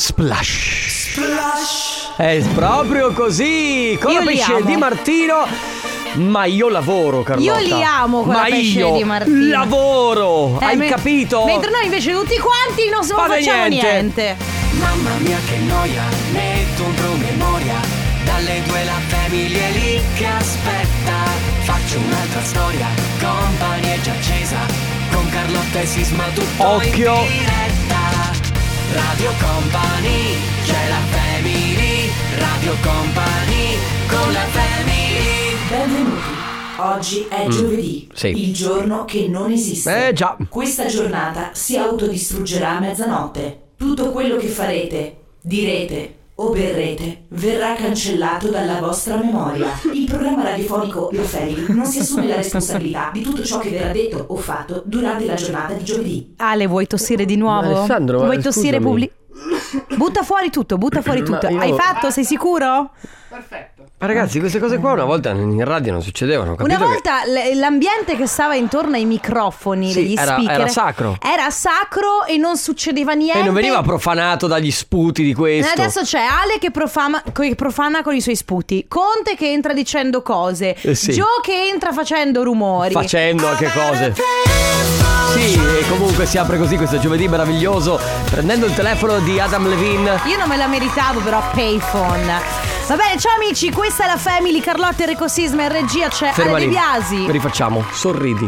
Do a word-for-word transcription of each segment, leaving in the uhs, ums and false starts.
Splash. Splash. È proprio così. Con la pesce di Martino. Ma io lavoro, Carlotta. Io li amo con Ma la pesce io di Martino. lavoro. Eh, Hai me- capito? Mentre noi invece tutti quanti non se- non Fate facciamo niente. niente. Mamma mia che noia, metto un promemoria. Dalle due la famiglia è lì che aspetta. Faccio un'altra storia, Company è già accesa. Con Carlotta e Sisma tutto Occhio. in diretta. Radio Company, c'è la family. Radio Company, con la family. Benvenuti. Oggi è giovedì, sì. il giorno che non esiste. Eh già. Questa giornata si autodistruggerà a mezzanotte. Tutto quello che farete, direte o berrete verrà cancellato dalla vostra memoria. Il programma radiofonico La Family non si assume la responsabilità di tutto ciò che verrà detto o fatto durante la giornata di giovedì. Ale, vuoi tossire di nuovo? Alessandro, vuoi ma tossire scusami. pubblic- Butta fuori tutto, butta fuori tutto. io- Hai fatto? Sei sicuro? Ma ragazzi, queste cose qua una volta in radio non succedevano. Ho Una capito che- volta l- l'ambiente che stava intorno ai microfoni Sì, degli era- speaker era sacro. Era sacro e non succedeva niente. E non veniva profanato dagli sputi di E questo. adesso c'è Ale che profana, che profana con i suoi sputi, Conte che entra dicendo cose, Eh sì. Joe che entra facendo rumori. Facendo anche cose. Sì, e comunque si apre così questo giovedì meraviglioso, prendendo il telefono di Adam Levine. Io non me la meritavo però, payphone. Va bene, ciao amici, questa è la Family. Carlotta, Enrico Sisma, in regia c'è Ferma Ale De lì. Biasi. Rifacciamo, sorridi.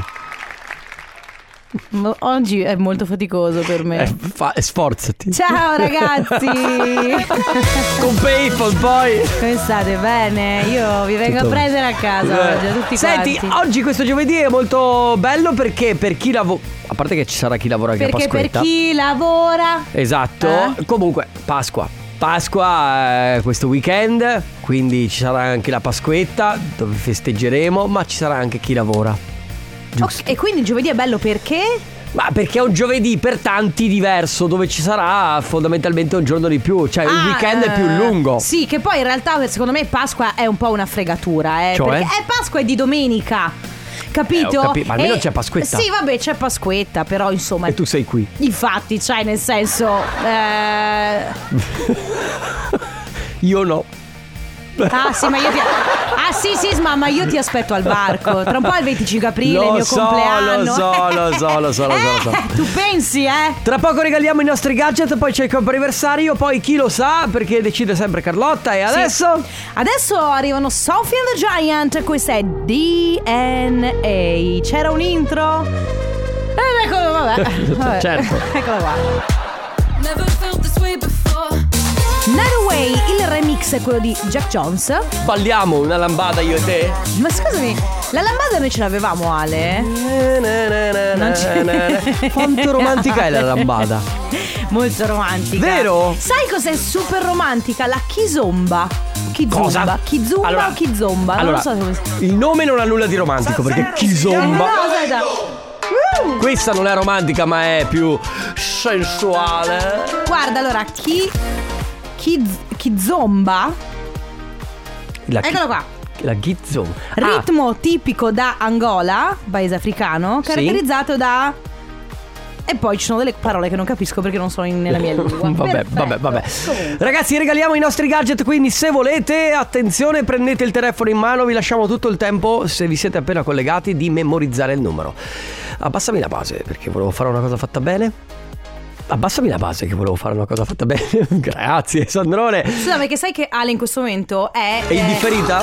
Mo- Oggi è molto faticoso per me. Eh, fa- sforzati. Ciao ragazzi. Con Payphone poi. Come state? Bene? Io vi vengo Tutto- a prendere a casa Eh. oggi, tutti Senti, quanti. oggi questo giovedì è molto bello perché per chi lavora, a parte che ci sarà chi lavora anche a Perché per Pasquetta. chi lavora Esatto. Eh? Comunque, Pasqua. Pasqua eh, questo weekend, quindi ci sarà anche la Pasquetta dove festeggeremo, ma ci sarà anche chi lavora. Giusto. Ok, e quindi giovedì è bello perché? Ma perché è un giovedì per tanti diverso, dove ci sarà fondamentalmente un giorno di più, cioè il Ah, weekend è più eh, lungo. Sì, che poi in realtà secondo me Pasqua è un po' una fregatura, eh, Cioè? perché è Pasqua è di domenica. Capito? Eh, ho capi- ma almeno E- c'è Pasquetta. Sì, vabbè, c'è Pasquetta, però insomma. E tu sei qui. Infatti, cioè, nel senso. Eh... Io no. Ah, sì, ma io ti. Ah, sì, sì, ma io ti aspetto al varco. Tra un po' è il venticinque aprile, Lo il mio so, compleanno. lo so, lo so, lo so, lo so, lo so. Eh, tu pensi, eh? Tra poco regaliamo i nostri gadget, poi c'è il comp'anniversario, poi chi lo sa, perché decide sempre Carlotta. E adesso? Adesso arrivano Sophie and the Giant. Questa è D N A. C'era un intro? Eh, eccolo, vabbè, vabbè. Certo. Eccolo qua. Away, il remix è quello di Jack Jones. Balliamo una lambada io e te? Ma scusami, la lambada noi ce l'avevamo, Ale? Non c'è. Quanto romantica è la lambada? Molto romantica. Vero? Sai cos'è super romantica? La kizomba. Kizomba. Cosa? Kizomba Allora- o kizomba? Allora, non lo so come. il nome non ha nulla di romantico perché Kizomba. No, aspetta. Uh! Questa non è romantica ma è più sensuale. Guarda, allora, chi Kiz, Kizomba. La chi- Eccolo qua. La Kizomba. Ritmo tipico da Angola, paese africano, Sì. caratterizzato da. E poi ci sono delle parole che non capisco perché non sono in- nella mia lingua. Vabbè, Perfetto. vabbè, vabbè. Comunque. Ragazzi, regaliamo i nostri gadget, quindi se volete, attenzione, prendete il telefono in mano, vi lasciamo tutto il tempo, se vi siete appena collegati, di memorizzare il numero. Abbassami la base, perché volevo fare una cosa fatta bene. Abbassami la base, che volevo fare una cosa fatta bene. Grazie, Sandrone. Scusa, perché sai che Ale in questo momento è. È eh, indifferita?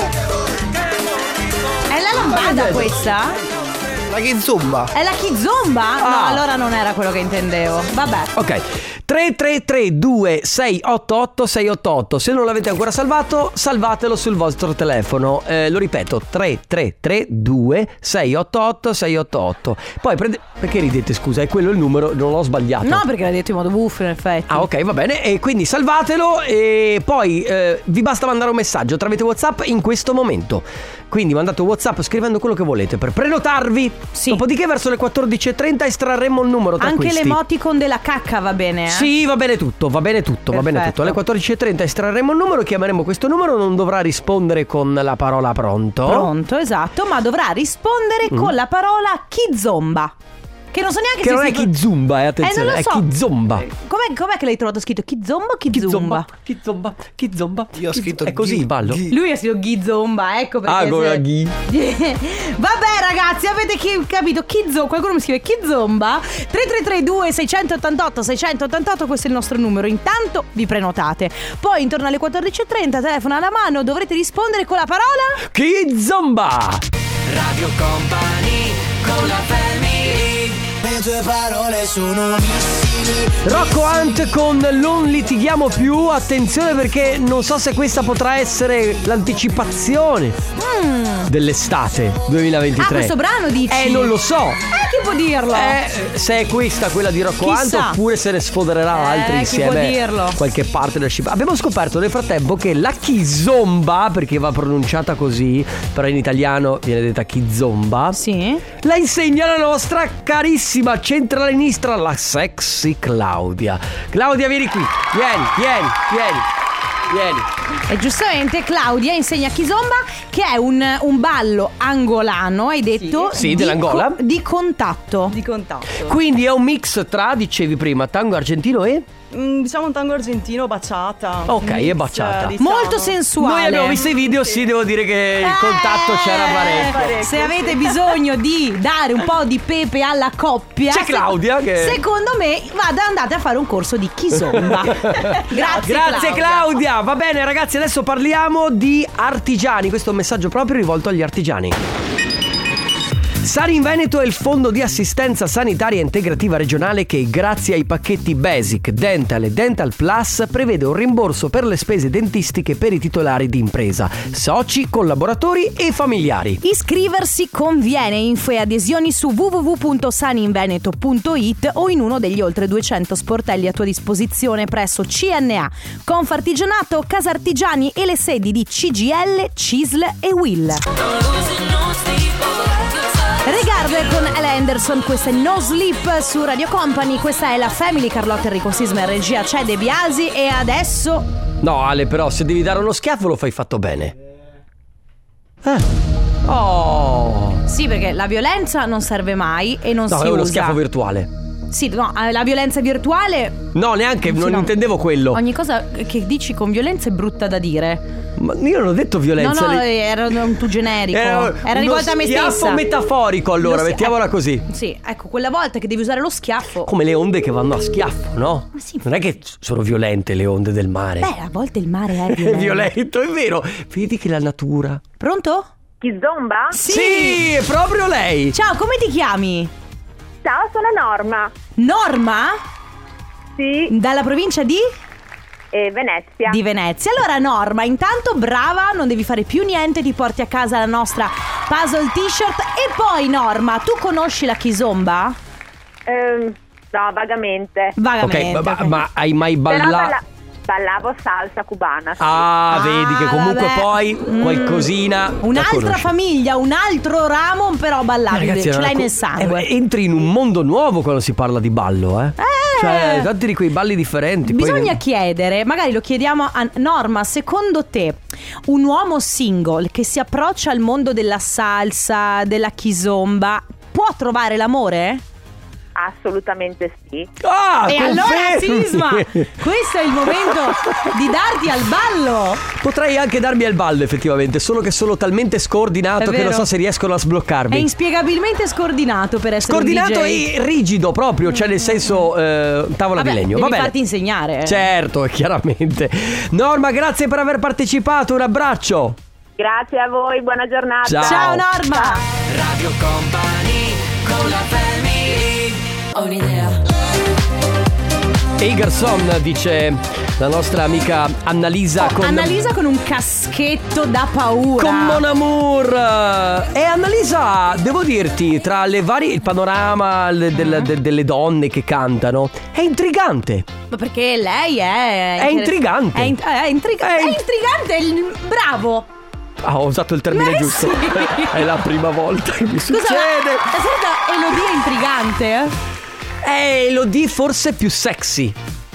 È la lambada questa? La Kizomba. È la kizomba? No, Ah. allora non era quello che intendevo. Vabbè. Ok, tre tre tre due sei otto otto sei otto otto. Se non l'avete ancora salvato, salvatelo sul vostro telefono. eh, Lo ripeto, tre tre tre due sei otto otto sei otto otto. Poi prende... Perché ridete, scusa? È quello il numero, non l'ho sbagliato. No, perché l'hai detto in modo buffo, in effetti. Ah, ok, va bene. E quindi salvatelo e poi eh, vi basta mandare un messaggio tramite WhatsApp in questo momento. Quindi mandate un WhatsApp scrivendo quello che volete per prenotarvi. Sì. Dopodiché verso le quattordici e trenta estrarremo il numero tra Anche questi. l'emoticon della cacca va bene, eh? Sì, va bene tutto, va bene tutto, va bene Perfetto. tutto. Alle quattordici e trenta estrarremo il numero, chiameremo questo numero, non dovrà rispondere con la parola pronto. Pronto, esatto, ma dovrà rispondere Mm. con la parola kizomba. Che non so neanche Che se non si è Kizomba, eh, attenzione, Eh, non lo so. è Kizomba. Com'è, com'è che l'hai trovato scritto? Kizomba o Kizomba? Kizomba, Kizomba. Io ho scritto È così ghi- il ballo? ghi- Lui ha scritto Kizomba, ecco perché. Ah, come se- la ghi. Vabbè ragazzi, avete chi- capito? Kizomba, qualcuno mi scrive Kizomba. Tre tre tre due sei otto otto sei otto otto, questo è il nostro numero. Intanto vi prenotate. Poi intorno alle quattordici e trenta, telefono alla mano, dovrete rispondere con la parola Kizomba. Radio Company con la family. Le tue parole sono missili. Rocco Hunt con Non litighiamo più. Attenzione perché non so se questa potrà essere l'anticipazione mm. dell'estate duemilaventitré. Ah, questo brano dici? Eh, non lo so. Eh, chi può dirlo? Eh, se è questa quella di Rocco Hunt Chissà. oppure se ne sfodererà Eh, altri chi insieme. può dirlo? Qualche partnership. Abbiamo scoperto nel frattempo che la Kizomba, perché va pronunciata così, però in italiano viene detta Kizomba. Sì. La insegna la nostra carissima centralinista, la sexy Claudia. Claudia, vieni qui. Vieni, vieni, vieni. Vieni. E giustamente Claudia insegna Kizomba, che è un, un ballo angolano, hai detto? Sì, di dell'Angola. co- di contatto. Di contatto. Quindi è un mix tra, dicevi prima, tango argentino e... Mm, diciamo un tango argentino, baciata. Ok, Un è mix, baciata. diciamo. Molto sensuale. Noi abbiamo visto i video, sì, devo dire che il contatto c'era parecchio. parecchio. Se avete bisogno di dare un po' di pepe alla coppia, C'è Claudia che- secondo me vada, andate a fare un corso di Kizomba. Grazie, Grazie Claudia. Claudia. Va bene ragazzi, adesso parliamo di artigiani. Questo è un messaggio proprio rivolto agli artigiani. Sani in Veneto è il fondo di assistenza sanitaria integrativa regionale che, grazie ai pacchetti Basic, Dental e Dental Plus, prevede un rimborso per le spese dentistiche per i titolari di impresa, soci, collaboratori e familiari. Iscriversi conviene. Info e adesioni su w w w punto saninveneto punto i t o in uno degli oltre duecento sportelli a tua disposizione presso C N A, Confartigianato, Casartigiani e le sedi di C G L, C I S L e Will. Regarded con Ella Anderson, questa è No Sleep su Radio Company, questa è la Family. Carlotta, Enrico Sisma in regia, c'è De Biasi e adesso... No Ale, però se devi dare uno schiaffo lo fai fatto bene. Eh. Oh. Sì, perché la violenza non serve mai e non No, si è uno usa. schiaffo virtuale. Sì, no, la violenza virtuale... No, neanche, Sì, non no. intendevo quello. Ogni cosa che dici con violenza è brutta da dire. Ma io non ho detto violenza. No, no, le- era un tu generico. Era, uno rivolta a me stessa. schiaffo metaforico, allora, Lo schi- mettiamola così. Sì, ecco, quella volta che devi usare lo schiaffo. Come le onde che vanno a schiaffo, no? Ma sì. Non è che sono violente le onde del mare. Beh, a volte il mare è È violento. violento, è vero. Vedi che la natura. Pronto? Kizomba? Sì, è proprio lei. Ciao, come ti chiami? Ciao, sono Norma. Norma? Sì, Dalla provincia di? e Venezia. Di Venezia. Allora Norma, intanto brava, non devi fare più niente, ti porti a casa la nostra puzzle t-shirt. E poi Norma, tu conosci la Kizomba? Ehm, no, vagamente. Vagamente. Ok, ma, ok. ma hai mai Però ballato? balla- ballavo salsa cubana. Sì. Ah, vedi che comunque vabbè. poi Mm. qualcosina la Un'altra conosci. famiglia, un altro ramo, però ballabile, Ragazzi, ce allora, l'hai nel co- sangue. eh, entri in un mondo nuovo quando si parla di ballo, eh? Eh. Cioè, tanti di quei balli differenti. poi- Bisogna chiedere, magari lo chiediamo a Norma, secondo te un uomo single che si approccia al mondo della salsa, della Kizomba, può trovare l'amore? Assolutamente sì. Ah, E allora confermi! Sisma, questo è il momento di darti al ballo. Potrei anche darmi al ballo effettivamente, solo che sono talmente È scordinato che vero. non so se riescono a È sbloccarmi. inspiegabilmente scordinato per essere Scordinato un D J. e rigido proprio, cioè nel senso eh, tavola Vabbè, di legno. devi Va bene. farti insegnare. eh. Certo, chiaramente. Norma, grazie per aver partecipato, un abbraccio. Grazie a voi, buona giornata. Ciao. Ciao Norma. Radio Company con la family. Ho un'idea. E Garçon, dice la nostra amica Annalisa con Annalisa con un caschetto da paura. Con Mon Amour. E Annalisa, devo dirti, tra le varie il panorama le- del- de- delle donne che cantano è intrigante. Ma perché lei è È intrigante. È, in- è intriga- È è int- intrigante, è il- bravo. Ah, ho usato il termine Eh, giusto. sì. È la prima volta che mi Scusa, succede. ma la solita Elodie è intrigante, eh? Eh, lo di forse più sexy.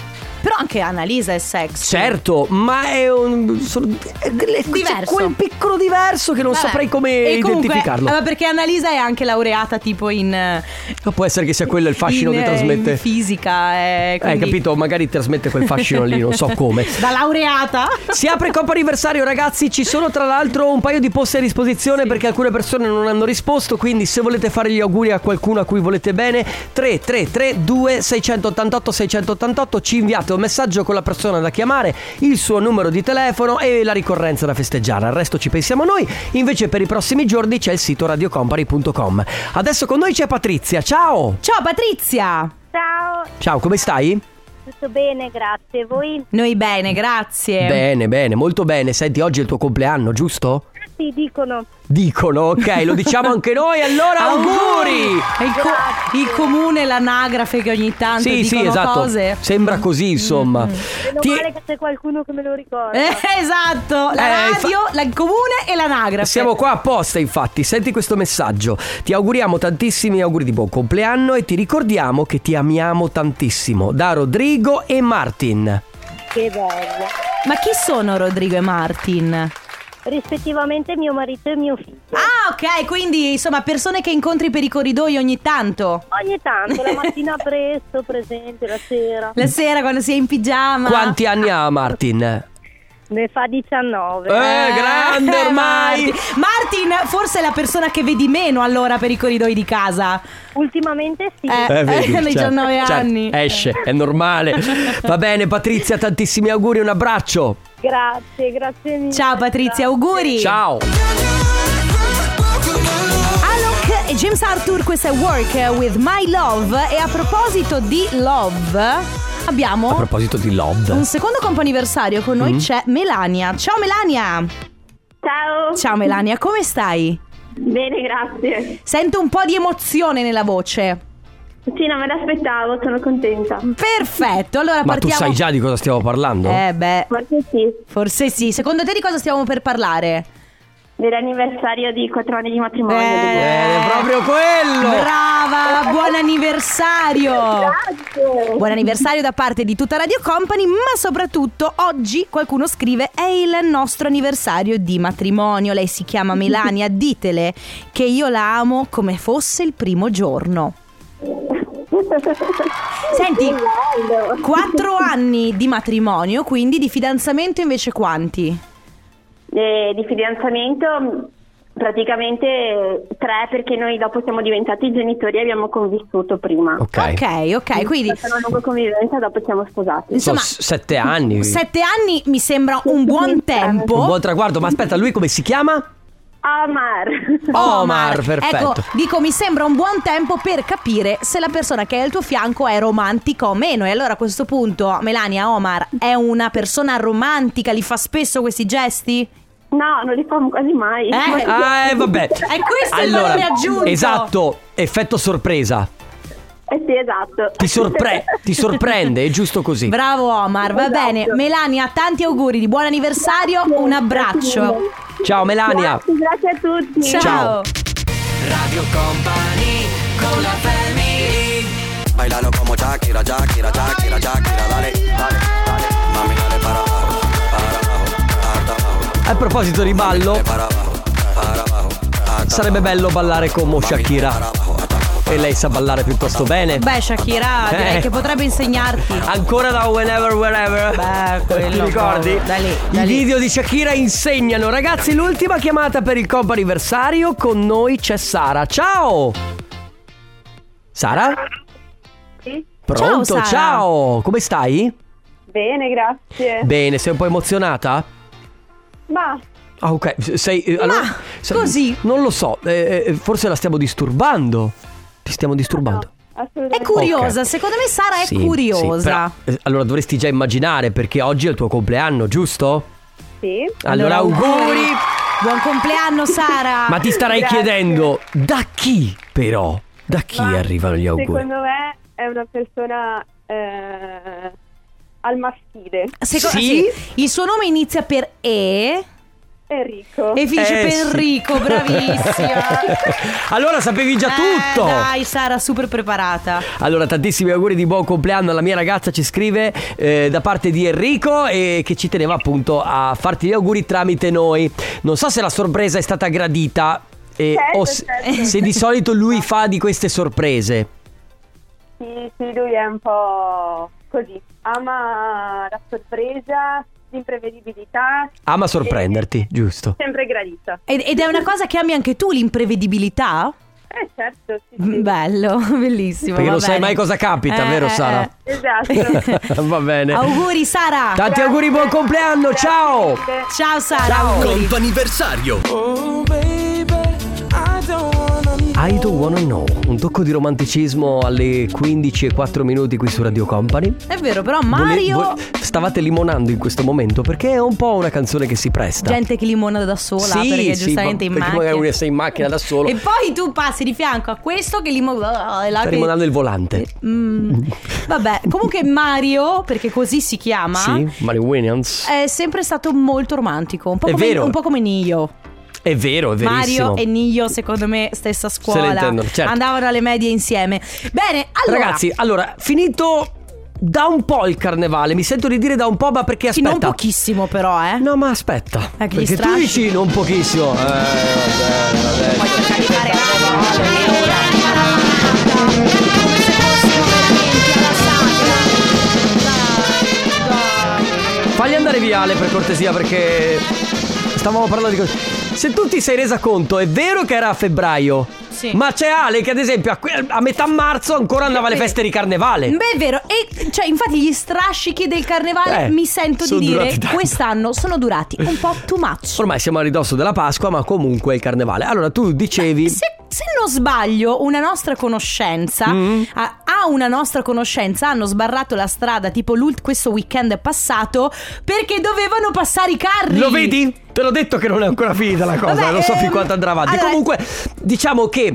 però anche Annalisa è sexy. Certo, ma è un sono, è, è, Diverso. quel piccolo diverso che non Vabbè. saprei come E comunque, identificarlo. eh, perché Annalisa è anche laureata tipo in Ma può essere che sia quello il fascino in, che trasmette. in fisica, eh, Hai capito? Magari trasmette quel fascino lì, non so come. Da laureata. Si apre il Coppa Anniversario, ragazzi. Ci sono tra l'altro un paio di posti a disposizione, sì, perché alcune persone non hanno risposto. Quindi se volete fare gli auguri a qualcuno a cui volete bene, tre tre tre due sei otto otto sei otto otto, ci inviate un messaggio con la persona da chiamare, il suo numero di telefono e la ricorrenza da festeggiare. Al resto ci pensiamo noi. Invece per i prossimi giorni c'è il sito radio company punto com. Adesso con noi c'è Patrizia. Ciao. Ciao Patrizia. Ciao, Ciao, come stai? tutto bene, grazie. Voi? Noi bene, grazie. Bene, bene, molto bene. Senti, oggi è il tuo compleanno, giusto? Sì, dicono. Dicono, ok, lo diciamo anche noi. Allora, auguri! È il, co- il comune, l'anagrafe che ogni tanto Sì, dicono sì, esatto. cose. Sembra così, insomma. Meno Ti- male che c'è qualcuno che me lo ricorda. Eh, esatto, la Eh, radio, la- il comune e l'anagrafe. Siamo qua apposta, infatti. Senti questo messaggio. Ti auguriamo tantissimi auguri di buon compleanno e ti ricordiamo che ti amiamo tantissimo. Da Rodrigo e Martin. Che bello. Ma chi sono Rodrigo e Martin? Rispettivamente mio marito e mio figlio. Ah, ok, quindi insomma persone che incontri per i corridoi ogni tanto. Ogni tanto, la mattina presto, presente, la sera. La sera quando si è in pigiama. Quanti anni ha Martin? Ne fa diciannove. Eh, grande ormai. Martin. Martin forse è la persona che vedi meno allora per i corridoi di casa. Ultimamente sì. Eh, Eh, vedi, eh, diciannove certo, anni. certo, esce, è normale. Va bene, Patrizia, tantissimi auguri, un abbraccio. Grazie, grazie mille. Ciao Patrizia, auguri. Ciao. Alok e James Arthur, questa è Work with My Love. E a proposito di love, abbiamo A proposito di love. un secondo comp'anniversario. Con noi Mm. c'è Melania. Ciao Melania. Ciao. Ciao Melania, come stai? Bene, grazie. Sento un po' di emozione nella voce. Sì, non me l'aspettavo, sono contenta. Perfetto, allora Ma tu partiamo. sai già di cosa stiamo parlando? Eh beh, Forse sì. forse sì. Secondo te di cosa stiamo per parlare? Dell'anniversario di quattro anni di matrimonio. Eh. Eh, è proprio quello. Brava, buon anniversario. Grazie. Buon anniversario da parte di tutta Radio Company, ma soprattutto oggi qualcuno scrive è il nostro anniversario di matrimonio. Lei si chiama Melania, ditele che io la amo come fosse il primo giorno. Senti, quattro anni di matrimonio, quindi di fidanzamento invece quanti? Eh, di fidanzamento praticamente tre, perché noi dopo siamo diventati genitori e abbiamo convissuto prima. Ok. Ok, ok, quindi È stata una lunga convivenza, dopo siamo sposati. Sono insomma, s- sette anni. sette anni mi sembra un buon tempo. Un buon traguardo. Ma aspetta, lui come si chiama? Omar. Omar, perfetto. Ecco, dico, mi sembra un buon tempo per capire se la persona che è al tuo fianco è romantica o meno. E allora a questo punto, Melania, Omar è una persona romantica? Li fa spesso questi gesti? No, non li famo quasi mai. Eh? Ah, eh, vabbè. È questo il Allora, valore aggiunto. esatto, effetto sorpresa. Eh sì, esatto. Ti, sorpre- ti sorprende, è giusto così. Bravo Omar, va Esatto. bene. Melania, tanti auguri di buon anniversario, un abbraccio. Ciao Melania. Grazie, grazie a tutti. Ciao. Ciao. Radio Company con la family. Bailalo como Shakira, Shakira, Shakira, Shakira, dale, dale, dale. Mami, dale para abajo, para abajo, hasta abajo. A proposito di ballo, Para abajo, para abajo, hasta sarebbe bello ballare come Shakira. para abajo, hasta abajo. E lei sa ballare piuttosto bene. Beh, Shakira, direi Eh. che potrebbe insegnarti. Ancora da Whenever Wherever. Beh, quello Ti ricordi? proprio. Da lì, da I lì. video di Shakira insegnano. Ragazzi, l'ultima chiamata per il comp anniversario. Con noi c'è Sara. Ciao. Sara? Sì. Pronto? Ciao, Sara. Ciao. Come stai? Bene, grazie. Bene, sei un po' emozionata? Ma Ah, ok. Sei eh, allora, Ma, sei- così? Non lo so, eh, eh, forse la stiamo disturbando. Ti stiamo disturbando. È assolutamente. curiosa, Ok. secondo me Sara è Sì, curiosa. sì, però, eh, allora dovresti già immaginare, perché oggi è il tuo compleanno, giusto? Sì. Allora, auguri. Buon compleanno Sara. Ma ti starai Grazie. chiedendo da chi però? Da chi Ma arrivano gli auguri? Secondo me è una persona eh, al maschile. Seco- Sì? sì. Il suo nome inizia per E. Enrico. E finisce Eh, per sì. Enrico, bravissima. Allora sapevi già tutto. Eh, dai, Sara, super preparata. Allora, tantissimi auguri di buon compleanno alla mia ragazza, ci scrive eh, da parte di Enrico, e che ci teneva appunto a farti gli auguri tramite noi. Non so se la sorpresa è stata gradita eh, Certo, o se, certo. se di solito lui fa di queste sorprese. Sì, sì, lui è un po' così. Ama la sorpresa, l'imprevedibilità. Ama sorprenderti, giusto? Sempre gradita. Ed, ed è una cosa che ami anche tu, l'imprevedibilità? Eh certo, sì, sì. Bello, bellissimo. Perché va non sai bene. mai cosa capita, Eh, vero eh, Sara? eh. Esatto. Va bene. Auguri Sara. Tanti auguri, buon compleanno, ciao! Ciao Sara, auguri. Comp'anniversario. I don't wanna know. Un tocco di romanticismo alle quindici e quattro minuti qui su Radio Company. È vero, però Mario Vole- vo- stavate limonando in questo momento perché è un po' una canzone che si presta. gente che limona da sola, Sì, perché sì, giustamente ma- in perché macchina. magari sei in macchina da solo. E poi tu passi di fianco a questo che limona e là Sta che- limonando il volante. Mm. Vabbè, comunque Mario, perché così si chiama, Sì, Mario Williams. è sempre stato molto romantico, un po' È come, vero. un po' come Nio. È vero, è verissimo. Mario e Nio, secondo me, stessa scuola, intendono, certo. andavano alle medie insieme. Bene, allora Ragazzi, allora, finito da un po' il carnevale. Mi sento di dire da un po', ma perché sì, aspetta. non pochissimo però, eh. No, ma aspetta. Eh, che gli perché tu strascichi. dici non pochissimo. Eh, vabbè, vabbè. Poi cercare di fare radio e ora come se fossimo veramente alla sagra. Dai, dai. Fagli andare via Ale, per cortesia, perché stavamo parlando di cose. Se tu ti sei resa conto, è vero che era a febbraio. Sì. Ma c'è Ale che ad esempio a, que- a metà marzo ancora andava alle feste di carnevale. Beh, è vero, e cioè infatti gli strascichi del carnevale Eh, mi sento sono di dire durati tanto. quest'anno sono durati un po' too much. Ormai siamo a ridosso della Pasqua, ma comunque è il carnevale. Allora tu dicevi Se, se non sbaglio, una nostra conoscenza Mm. a, a una nostra conoscenza hanno sbarrato la strada tipo l'ult- questo weekend passato perché dovevano passare i carri. Lo vedi? Te l'ho detto che non è ancora finita la cosa. Vabbè, non so fin ehm, quanto andrà avanti. allora- Comunque diciamo che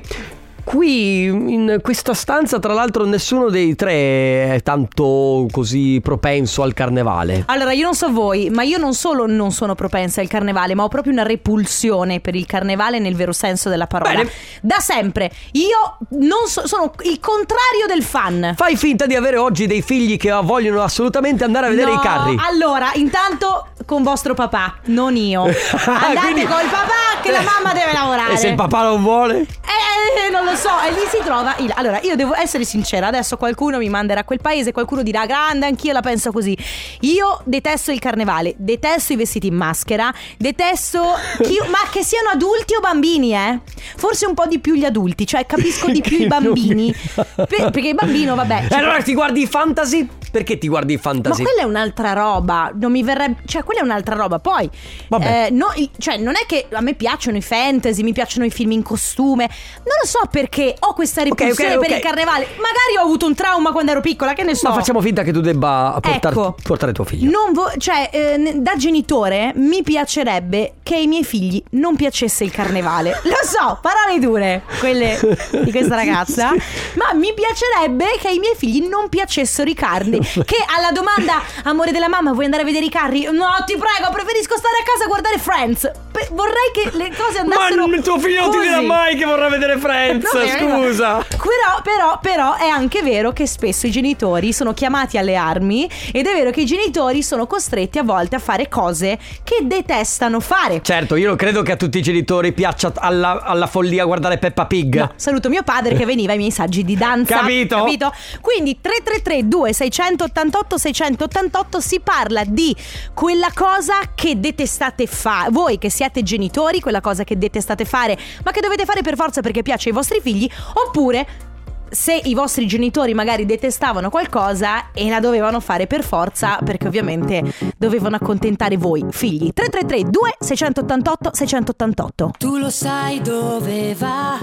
qui in questa stanza, tra l'altro, nessuno dei tre è tanto così propenso al carnevale. Allora, io non so voi, ma io non solo non sono propensa al carnevale, ma ho proprio una repulsione per il carnevale nel vero senso della parola. Bene. Da sempre. Io non so, sono il contrario del fan. Fai finta di avere oggi dei figli che vogliono assolutamente andare a vedere No, i carri. allora, intanto con vostro papà, non io. Andate Quindi- col papà che la mamma deve lavorare. E se il papà non vuole? Eh, non lo so, e lì si trova il... Allora, io devo essere sincera, adesso qualcuno mi manderà a quel paese, qualcuno dirà grande, anch'io la penso così. Io detesto il carnevale, detesto i vestiti in maschera, detesto chi... ma che siano adulti o bambini, eh? Forse un po' di più gli adulti, cioè capisco di più i bambini. Per- perché il bambino, vabbè... E allora ti guardi i fantasy? Perché ti guardi i Ma fantasy? quella è un'altra roba, non mi verrebbe, cioè quella è un'altra roba. Poi, Vabbè. eh, no, il- cioè non è che a me piacciono i fantasy, mi piacciono i film in costume. Non lo so perché ho questa repulsione ok, per ok. il carnevale. Magari ho avuto un trauma quando ero piccola, che ne so. Ma facciamo finta che tu debba portar- Ecco. portare tuo figlio. Non vo- cioè, eh, n- da genitore mi piacerebbe che ai miei figli non piacesse il carnevale. Lo so, parole dure, quelle di questa ragazza. Ma mi piacerebbe che ai miei figli non piacessero i carri. Che alla domanda, amore della mamma, vuoi andare a vedere i carri? No, ti prego, preferisco stare a casa a guardare Friends. Pe- vorrei che le cose andassero Ma tuo figlio non ti così. dirà mai che vorrà vedere Friends. No, eh, Scusa. Però, però, però è anche vero che spesso i genitori sono chiamati alle armi ed è vero che i genitori sono costretti a volte a fare cose che detestano fare. Certo, io non credo che a tutti i genitori piaccia alla, alla follia guardare Peppa Pig. No, saluto mio padre che veniva ai miei saggi di danza. Capito? Capito? Quindi tre tre tre due sei otto otto sei otto otto si parla di quella cosa che detestate fare. Voi che siete genitori, quella cosa che detestate fare, ma che dovete fare per forza perché piace ai vostri figli, oppure se i vostri genitori magari detestavano qualcosa e la dovevano fare per forza perché ovviamente dovevano accontentare voi figli. Tre tre tre due sei otto otto sei otto otto. Tu lo sai dove va.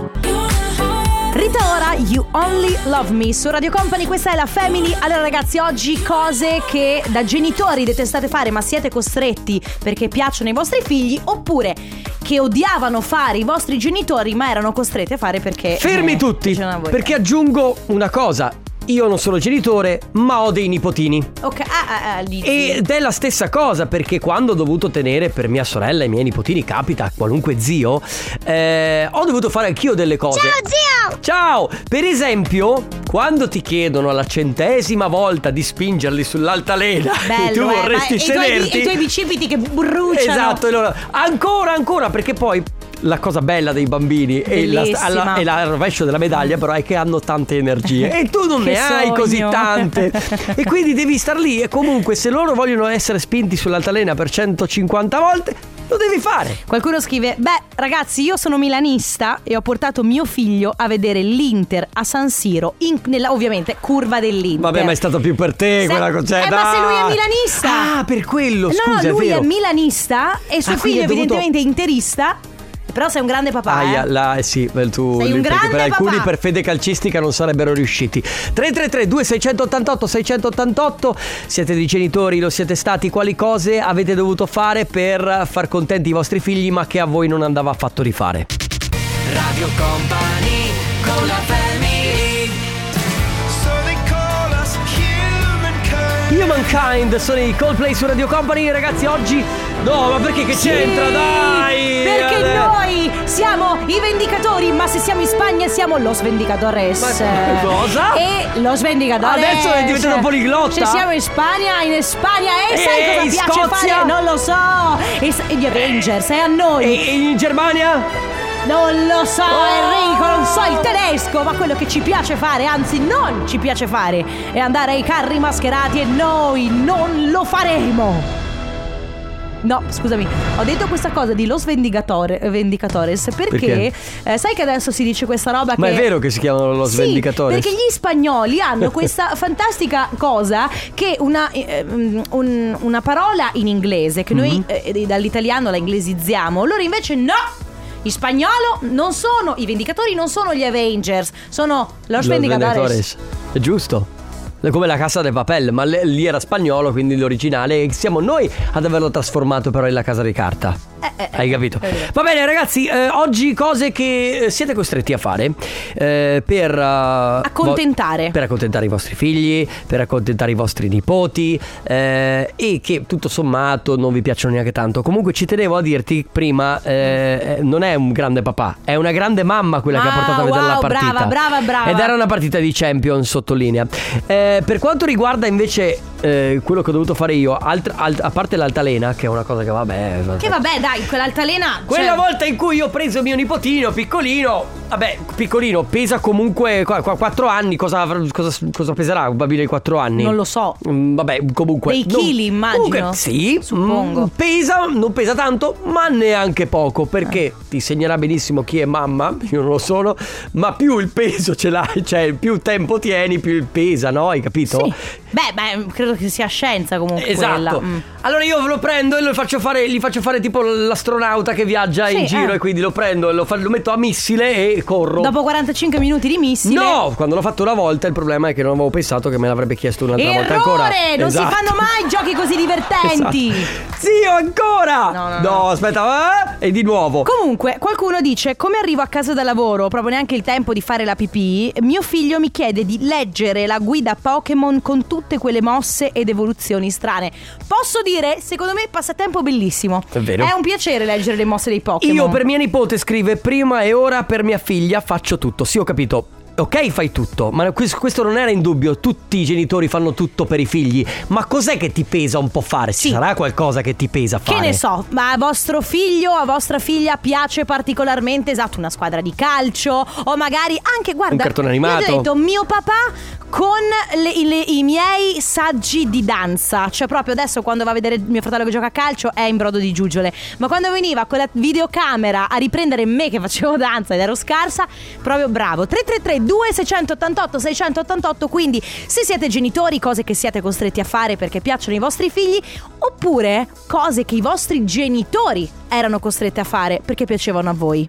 Rita Ora, You Only Love Me su Radio Company, questa è la Family. Allora ragazzi, oggi cose che da genitori detestate fare ma siete costretti perché piacciono ai vostri figli, oppure che odiavano fare i vostri genitori ma erano costretti a fare perché Fermi eh, tutti, piacevano a voi. perché aggiungo una cosa. io non sono genitore, ma ho dei nipotini. Ok, ah, ah, lì. Ed è la stessa cosa, perché quando ho dovuto tenere per mia sorella e i miei nipotini, capita a qualunque zio, eh, ho dovuto fare anch'io delle cose. Ciao zio! Ciao! Per esempio, quando ti chiedono alla centesima volta di spingerli sull'altalena e tu Bello, eh, vorresti ma- e i tuoi- sederti, e i tuoi bicipiti che bruciano. esatto, e loro, ancora, ancora, perché poi la cosa bella dei bambini e la, Bellissima. alla, e la rovescio della medaglia però è che hanno tante energie e tu non Che ne hai sogno. così tante e quindi devi star lì, e comunque se loro vogliono essere spinti sull'altalena per centocinquanta volte lo devi fare. Qualcuno scrive: beh ragazzi, io sono milanista e ho portato mio figlio a vedere l'Inter a San Siro in, nella, ovviamente, curva dell'Inter. Vabbè, ma è stato più per te Se- quella cosa. eh, ma se lui è milanista. Ah, per quello, No, scusa, no, lui è vero. è milanista e suo Ah, quindi figlio è dovuto- evidentemente è interista. Però sei un grande papà. Aia, eh. là, eh sì, beh, tu, Sei un perché grande per alcuni papà. per fede calcistica non sarebbero riusciti. Tre tre tre due sei otto otto sei otto otto. Siete dei genitori, lo siete stati? Quali cose avete dovuto fare per far contenti i vostri figli, ma che a voi non andava affatto di fare? Radio Company con la family. So they call us humankind. Humankind sono i Coldplay su Radio Company. Ragazzi, oggi no, ma perché che Sì, c'entra? Dai! Perché Eh, noi siamo i vendicatori, ma se siamo in Spagna siamo los vendicadores. Ma cosa? E los vendicadores. Adesso è diventato poliglotta? Se siamo in Spagna, in Spagna e, E sai cosa in piace Scozia? fare? Non lo so. E, s- e gli Avengers, è a noi. E, e in Germania? Non lo so, Oh! Enrico, non so il tedesco, ma quello che ci piace fare, anzi non ci piace fare, è andare ai carri mascherati e noi non lo faremo. No, scusami, ho detto questa cosa di Los Vendigatore, Vendicatores perché, Perché? Eh, sai che adesso si dice questa roba Ma che... è vero che si chiamano Los Sì, Vendicatores? perché gli spagnoli hanno questa fantastica cosa che una, eh, un- una parola in inglese che noi eh, dall'italiano la inglesizziamo, loro invece no! In spagnolo non sono i vendicatori, non sono gli Avengers, sono Los, Los Vendicadores. Vendicadores. È giusto. È come la Casa de Papel, ma le- lì era spagnolo, quindi l'originale, e siamo noi ad averlo trasformato però in La Casa di Carta. Eh, eh, Hai capito? è vero. Va bene ragazzi, eh, oggi cose che eh, siete costretti a fare eh, per eh, Accontentare. vo- Per accontentare i vostri figli, per accontentare i vostri nipoti, eh, e che tutto sommato non vi piacciono neanche tanto. Comunque ci tenevo a dirti prima, eh, eh, non è un grande papà, è una grande mamma quella che ha Ah, portato a vedere wow, la partita. brava, brava, brava. Ed era una partita di Champions, sottolinea. Eh, per quanto riguarda invece eh, quello che ho dovuto fare io, alt- alt- a parte l'altalena, che è una cosa che vabbè, Che vabbè dai, quell'altalena quella cioè, volta in cui ho preso mio nipotino piccolino, vabbè, piccolino, pesa comunque quattro anni, cosa, cosa, cosa peserà un bambino di quattro anni? Non lo so. Mm, vabbè, comunque Dei non- chili, immagino. Comunque, sì, Suppongo. mm, pesa, non pesa tanto, ma neanche poco, perché ti insegnerà benissimo chi è mamma, io non lo sono, ma più il peso ce l'hai, cioè più tempo tieni, più il pesa, no? Hai capito? Sì. Beh, beh, credo che sia scienza comunque Esatto. quella. Mm. Allora io lo prendo e lo faccio fare, gli faccio fare tipo l'astronauta che viaggia Sì, in giro, eh. e quindi lo prendo e lo, fa- lo metto a missile e corro. Dopo quarantacinque minuti di missile. No, quando l'ho fatto una volta il problema è che non avevo pensato che me l'avrebbe chiesto un'altra volta ancora. Errore! Non Esatto. si fanno mai giochi così divertenti. Esatto. Zio, ancora! No, no, no. no. aspetta, eh? E di nuovo. Comunque, qualcuno dice: come arrivo a casa da lavoro, proprio neanche il tempo di fare la pipì, mio figlio mi chiede di leggere la guida Pokémon con tutte quelle mosse ed evoluzioni strane. Posso dire, secondo me, passatempo bellissimo. È vero. È un piacere leggere le mosse dei Pokémon. Io per mia nipote scrive: prima e ora per mia figlia faccio tutto. Sì, ho capito. Ok, fai tutto, ma quis- questo non era in dubbio. Tutti i genitori fanno tutto per i figli. Ma cos'è che ti pesa un po' fare? Ci Sì. sarà qualcosa che ti pesa fare? Che ne so, ma a vostro figlio, a vostra figlia piace particolarmente, esatto, una squadra di calcio o magari anche, guarda, Un cartone io animato. ho detto mio papà con le- le- i miei saggi di danza. Cioè proprio adesso quando va a vedere mio fratello che gioca a calcio è in brodo di giuggiole. Ma quando veniva con la videocamera a riprendere me che facevo danza ed ero scarsa, proprio bravo. Tre tre tre due sei otto otto sei otto otto. Quindi se siete genitori, cose che siete costretti a fare perché piacciono ai vostri figli, oppure cose che i vostri genitori erano costretti a fare perché piacevano a voi.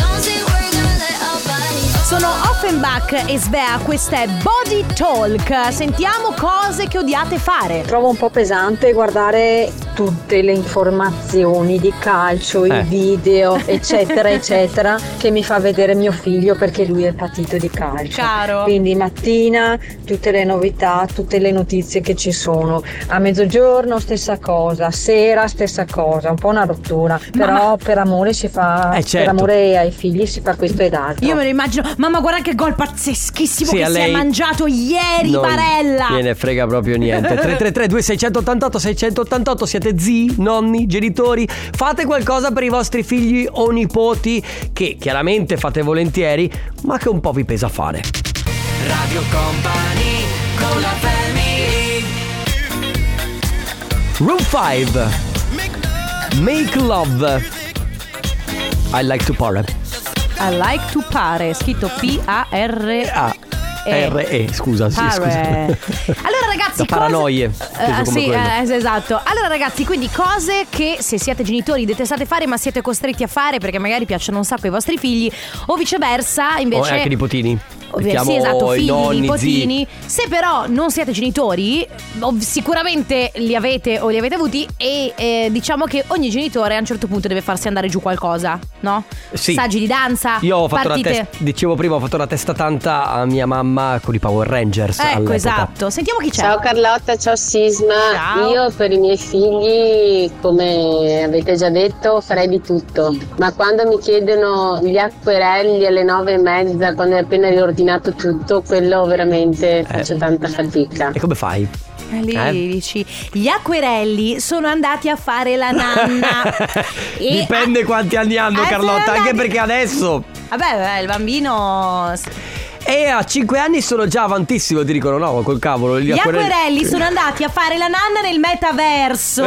Sono Offenbach e Svea, questa è Body Talk. Sentiamo cose che odiate fare. Trovo un po' pesante guardare tutte le informazioni di calcio, Eh. i video, eccetera, eccetera, che mi fa vedere mio figlio perché lui è patito di calcio. Caro. Quindi mattina tutte le novità, tutte le notizie che ci sono. A mezzogiorno stessa cosa, sera stessa cosa, un po' una rottura. Però per amore si fa, Eh, certo. per amore ai figli si fa questo ed altro. Io me lo immagino. Mamma, guarda che gol pazzeschissimo Sì, che a si è lei mangiato ieri, Non Barella. gliene frega proprio niente. Tre tre tre due sei otto otto sei otto otto. Siete zii, nonni, genitori? Fate qualcosa per i vostri figli o nipoti, che chiaramente fate volentieri, ma che un po' vi pesa fare. Radio Company con la family. Room five, Make Love. I like to party. I like to pare, scritto P A R Ah, E. R E, scusa, sì, Pare. scusa. Allora ragazzi, Da paranoie, cose... inteso Eh, come sì, quello. eh, esatto. Allora ragazzi, quindi cose che se siete genitori detestate fare ma siete costretti a fare perché magari piacciono un sacco ai vostri figli, o viceversa invece... O anche nipotini. Ovvio, Mettiamo sì, esatto, i figli, nonni, nipotini. Se però non siete genitori, ov- sicuramente li avete o li avete avuti e eh, diciamo che ogni genitore a un certo punto deve farsi andare giù qualcosa, no? Sì. Saggi di danza, Io ho fatto partite... una testa, dicevo prima, ho fatto una testa tanta a mia mamma con i Power Rangers. Ecco, all'epoca. esatto. Sentiamo chi c'è. Ciao Carlotta, ciao Sisma. Ciao. Io per i miei figli, come avete già detto, farei di tutto. Ma quando mi chiedono gli acquerelli alle nove e mezza, quando hai appena riordinato tutto, quello veramente faccio tanta fatica. E come fai? Eh, Lì Eh? dici, gli acquerelli sono andati a fare la nanna. E- Dipende quanti anni hanno, Eh, Carlotta, sono anche andati- perché adesso. Vabbè, beh, il bambino. E a cinque anni sono già avantissimo, ti dicono no, col cavolo. Gli acquerelli sono andati a fare la nanna nel metaverso.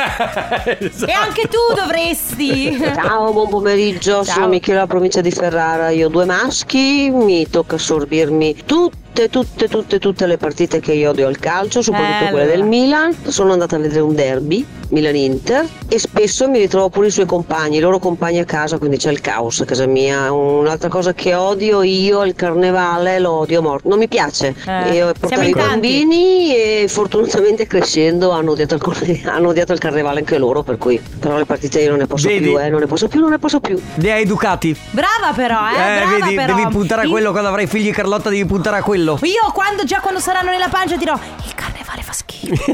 Eh, esatto. E anche tu dovresti. Ciao, buon pomeriggio, Ciao. sono Michela, provincia di Ferrara. Io ho due maschi, mi tocca assorbirmi tutte, tutte, tutte, tutte le partite che io odio al calcio, soprattutto Eh, quelle allora. del Milan. Sono andata a vedere un derby, Milan-Inter, e spesso mi ritrovo pure i suoi compagni, i loro compagni a casa, quindi c'è il caos a casa mia. Un'altra cosa che odio io, il carnevale, lo odio a morte, non mi piace. Eh, Io siamo portavo in i tanti. bambini e fortunatamente crescendo hanno odiato il, corne- hanno odiato il carnevale anche loro, per cui però le partite io non ne posso Vedi? più, eh, non ne posso più, non ne posso più. Li hai educati. Brava però, eh. Eh, brava vedi, però. devi puntare a Io- quello. Quando avrai figli, Carlotta, devi puntare a quello. Io quando già quando saranno nella pancia dirò il carnevale fa schifo.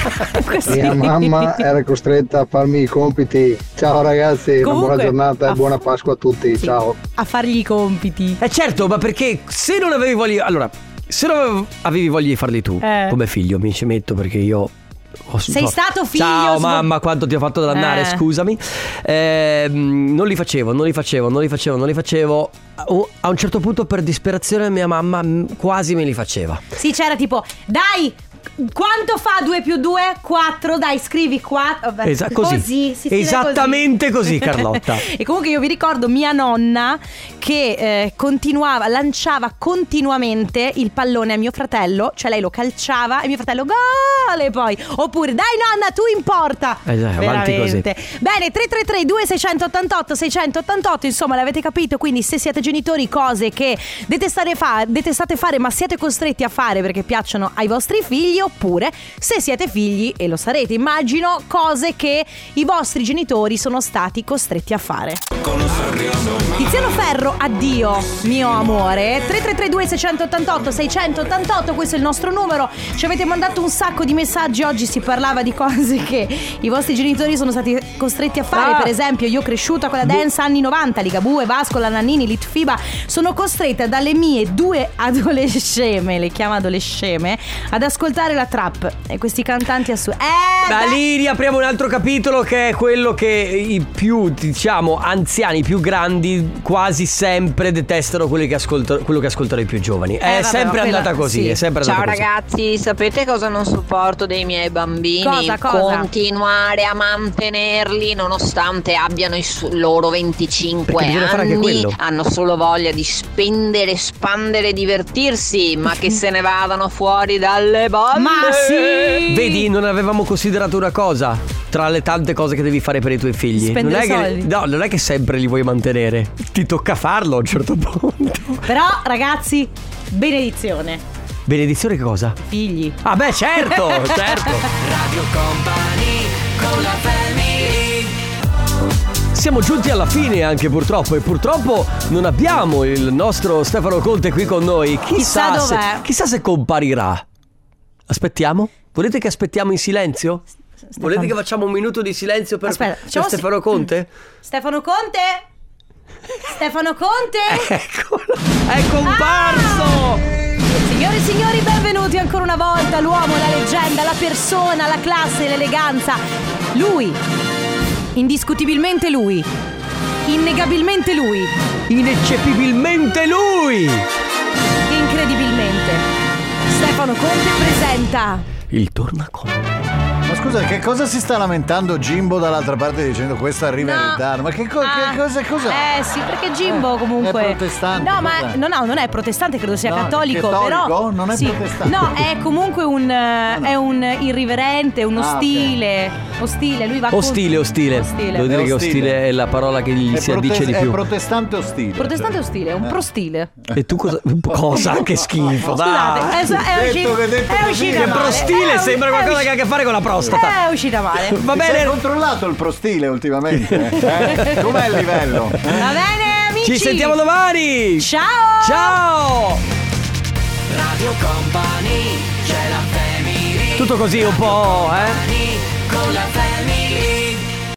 Così. Mia mamma era costretta a farmi i compiti. Ciao ragazzi, una Comunque, buona giornata a- e buona Pasqua a tutti. Sì. Ciao. A fargli i compiti. Eh certo, ma perché se non avevi voglia. Allora, se non avevi- avevi voglia di farli tu, Eh. come figlio, mi ci metto perché io. ho- Sei stato figlio, Ciao svo- mamma, quanto ti ho fatto dannare, Eh. scusami. Ehm, non li facevo, non li facevo, non li facevo, non li facevo. O- A un certo punto, per disperazione, mia mamma mm, quasi me li faceva. Sì, c'era tipo, dai, quanto fa due più due? quattro, dai, scrivi quattro. Vabbè, Esa- così. si scrive Esattamente così, Carlotta. E comunque io vi ricordo mia nonna che eh, continuava, lanciava continuamente il pallone a mio fratello, cioè lei lo calciava e mio fratello gol e poi, oppure dai nonna tu in porta. Eh, dai, avanti così. Veramente. Bene, tre tre tre due sei otto otto sei otto otto, insomma l'avete capito, quindi se siete genitori, cose che detestate, fa- detestate fare ma siete costretti a fare perché piacciono ai vostri figli, oppure se siete figli, e lo sarete immagino, cose che i vostri genitori sono stati costretti a fare. Tiziano Ferro, addio mio amore. Tre tre tre due sei otto otto sei otto otto, questo è il nostro numero. Ci avete mandato un sacco di messaggi. Oggi si parlava di cose che i vostri genitori sono stati costretti a fare. Ah. Per esempio, io cresciuta con la dance anni novanta, Ligabue, Vasco, la Nannini, Litfiba, sono costretta dalle mie due adolesceme, le chiamo adolesceme, ad ascoltare la trap e questi cantanti assu- Eh Da beh. lì riapriamo un altro capitolo, che è quello che i più, diciamo, anziani, i più grandi, quasi sempre detestano quelli che ascoltano, quello che ascoltano i più giovani. È vabbè, sempre ma quella- andata così, sì. è sempre Ciao andata così. ragazzi, sapete cosa non sopporto dei miei bambini? Cosa, cosa? Continuare a mantenerli nonostante abbiano i su- loro venticinque Perché bisogna fare anche anni. quello. Hanno solo voglia di spendere, spandere, divertirsi, ma che se ne vadano fuori dalle balle. Ma sì! Vedi, non avevamo considerato una cosa tra le tante cose che devi fare per i tuoi figli. Spendere non è soldi. che, no, non è che sempre li vuoi mantenere. Ti tocca farlo a un certo punto. Però ragazzi, benedizione. Benedizione che cosa? Figli. Ah beh, certo, certo. Radio Company con la siamo giunti alla fine anche purtroppo. E purtroppo non abbiamo il nostro Stefano Conte qui con noi. Chissà, Chissà se, dov'è. chissà se comparirà. Aspettiamo? Volete che aspettiamo in silenzio? Stefano. Volete che facciamo un minuto di silenzio per, Aspetta, per facciamo Stefano si- Conte? Stefano Conte? Stefano Conte? Eccolo, è comparso! Ah! Signore e signori, benvenuti ancora una volta. L'uomo, la leggenda, la persona, la classe, l'eleganza. Lui, indiscutibilmente lui, innegabilmente lui, ineccepibilmente lui, incredibilmente Stefano Conte presenta il Tornaconte. Ma scusa, che cosa si sta lamentando Jimbo dall'altra parte dicendo questo arriva No. in ritardo? Ma che, co- Ah, che cosa cos'è? Eh sì, perché Jimbo comunque è protestante, No, ma cos'è? no, no, non è protestante, credo sia No, cattolico, cattolico? però Non è sì. protestante. No, è comunque un eh, è un irriverente, un Ah, ostile, ostile, lui va Ostile, con- ostile. ostile. Devo dire È che ostile. ostile è la parola che gli È si protes- addice di è più. protestante ostile. Protestante Cioè. ostile, un prostile. E tu cosa? Cosa? Che schifo, Scusate, dai. è, è, Detto uscita, che detto è così. uscita Che male. prostile È u- sembra è qualcosa usci- che ha a che fare con la prostata. È uscita male. Va Ti sei bene. controllato il prostile ultimamente? Eh? Com'è il livello? Va bene, amici. Ci sentiamo domani. Ciao. Ciao. Radio Company, c'è la family. Tutto così un po', eh? Con la family.